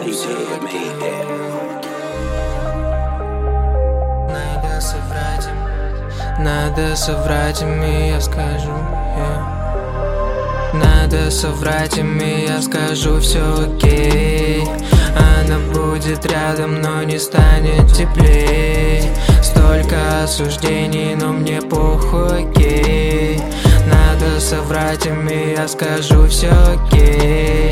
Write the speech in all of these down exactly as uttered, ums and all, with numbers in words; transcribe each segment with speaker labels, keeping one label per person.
Speaker 1: he said made that.
Speaker 2: Надо соврать им, надо соврать им, и я скажу, yeah. Надо соврать им, и я скажу, все окей. Она будет рядом, но не станет теплей. Столько осуждений, но мне похуй, окей. Надо соврать им, и я скажу, все окей.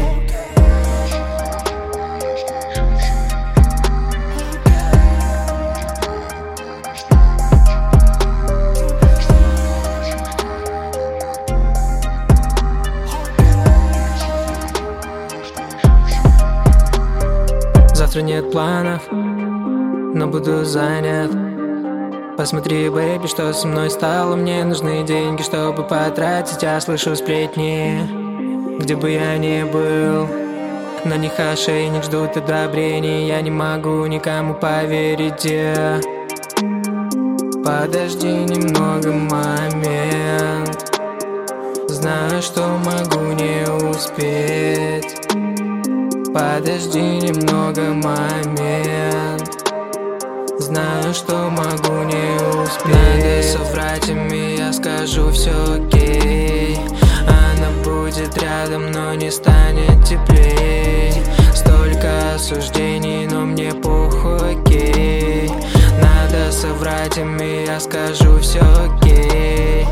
Speaker 2: Завтра нет планов, но буду занят. Посмотри, бэйби, что со мной стало. Мне нужны деньги, чтобы потратить. Я слышу сплетни, где бы я ни был. На них ошейник, ждут одобрений. Я не могу никому поверить, yeah. Подожди немного, момент. Знаю, что могу не успеть. Подожди немного, момент. Знаю, что могу не успеть. Надо соврать им, и я скажу, все окей. Она будет рядом, но не станет теплей. Столько осуждений, но мне похуй, окей. Надо соврать им, и я скажу, все окей.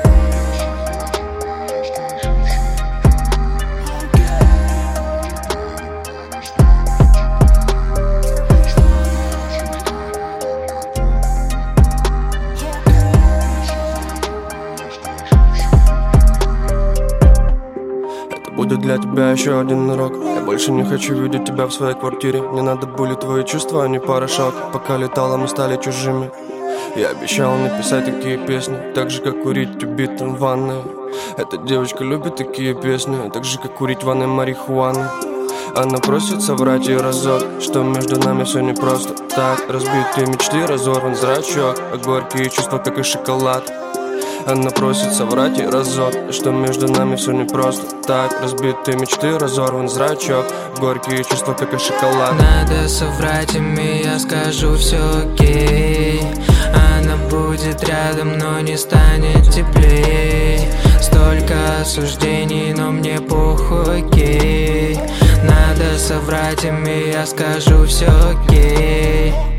Speaker 3: Будет для тебя еще один урок. Я больше не хочу видеть тебя в своей квартире. Мне надо были твои чувства, а не порошок. Пока летала, мы стали чужими. Я обещал написать такие песни, так же, как курить убитым в ванной. Эта девочка любит такие песни, так же, как курить в ванной марихуану. Она просит соврать ей разок, что между нами все не просто так. Разбитые мечты, разорван зрачок, а горькие чувства, как и шоколад. Она просит соврать ей разок, что между нами все не просто так. Разбитые мечты, разорван зрачок, горькие чувства, как и шоколад.
Speaker 2: Надо соврать им, и я скажу, все окей. Она будет рядом, но не станет теплей. Столько осуждений, но мне похуй, окей. Надо соврать им, и я скажу, все окей.